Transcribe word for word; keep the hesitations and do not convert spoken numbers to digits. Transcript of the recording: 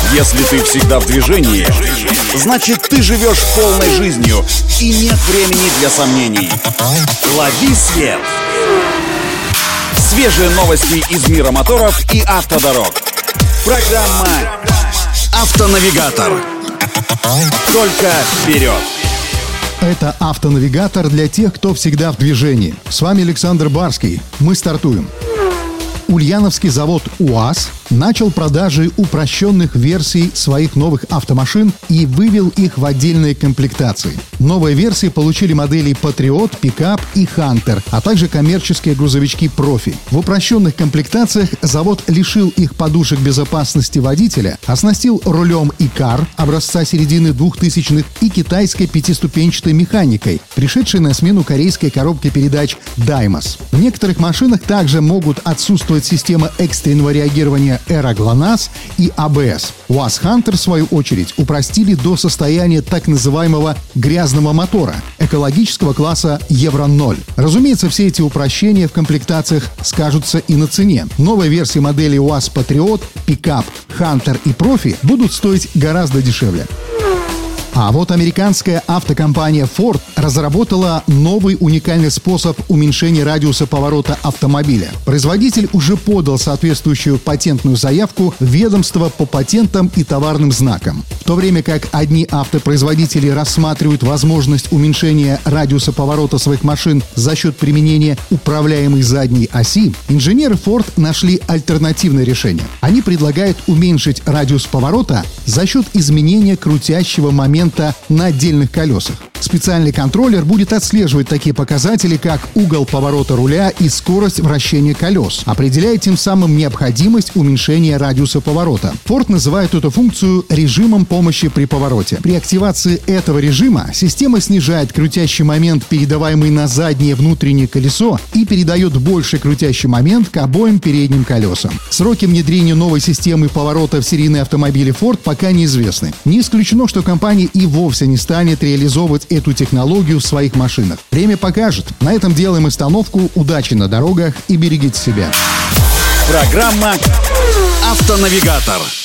Если ты всегда в движении, значит ты живешь полной жизнью и нет времени для сомнений. Лови свет! Свежие новости из мира моторов и автодорог. Программа «Автонавигатор». Только вперед! Это «Автонавигатор» для тех, кто всегда в движении. С вами Александр Барский. Мы стартуем. Ульяновский завод УАЗ начал продажи упрощенных версий своих новых автомашин и вывел их в отдельные комплектации. Новые версии получили модели «Патриот», «Пикап» и «Хантер», а также коммерческие грузовички «Профи». В упрощенных комплектациях завод лишил их подушек безопасности водителя, оснастил рулем «Икар» образца середины двухтысячных и китайской пятиступенчатой механикой, пришедшей на смену корейской коробке передач «Даймос». В некоторых машинах также могут отсутствовать система экстренного реагирования «Эра ГЛОНАСС» и а бэ эс. УАЗ «Хантер», в свою очередь, упростили до состояния так называемого «грязного мотора» экологического класса Евро ноль. Разумеется, все эти упрощения в комплектациях скажутся и на цене. Новые версии моделей УАЗ «Патриот», «Пикап», «Хантер» и «Профи» будут стоить гораздо дешевле. А вот американская автокомпания Ford разработала новый уникальный способ уменьшения радиуса поворота автомобиля. Производитель уже подал соответствующую патентную заявку в ведомство по патентам и товарным знакам. В то время как одни автопроизводители рассматривают возможность уменьшения радиуса поворота своих машин за счет применения управляемой задней оси, инженеры Ford нашли альтернативное решение. Они предлагают уменьшить радиус поворота за счет изменения крутящего момента на отдельных колесах. Специальный контроллер будет отслеживать такие показатели, как угол поворота руля и скорость вращения колес, определяя тем самым необходимость уменьшения радиуса поворота. Ford называет эту функцию режимом помощи при повороте. При активации этого режима система снижает крутящий момент, передаваемый на заднее внутреннее колесо, и передает больший крутящий момент к обоим передним колесам. Сроки внедрения новой системы поворота в серийные автомобили Ford пока неизвестны. Не исключено, что компания и вовсе не станет реализовывать эту технологию в своих машинах. Время покажет. На этом делаем остановку. Удачи на дорогах и берегите себя. Программа «Автонавигатор».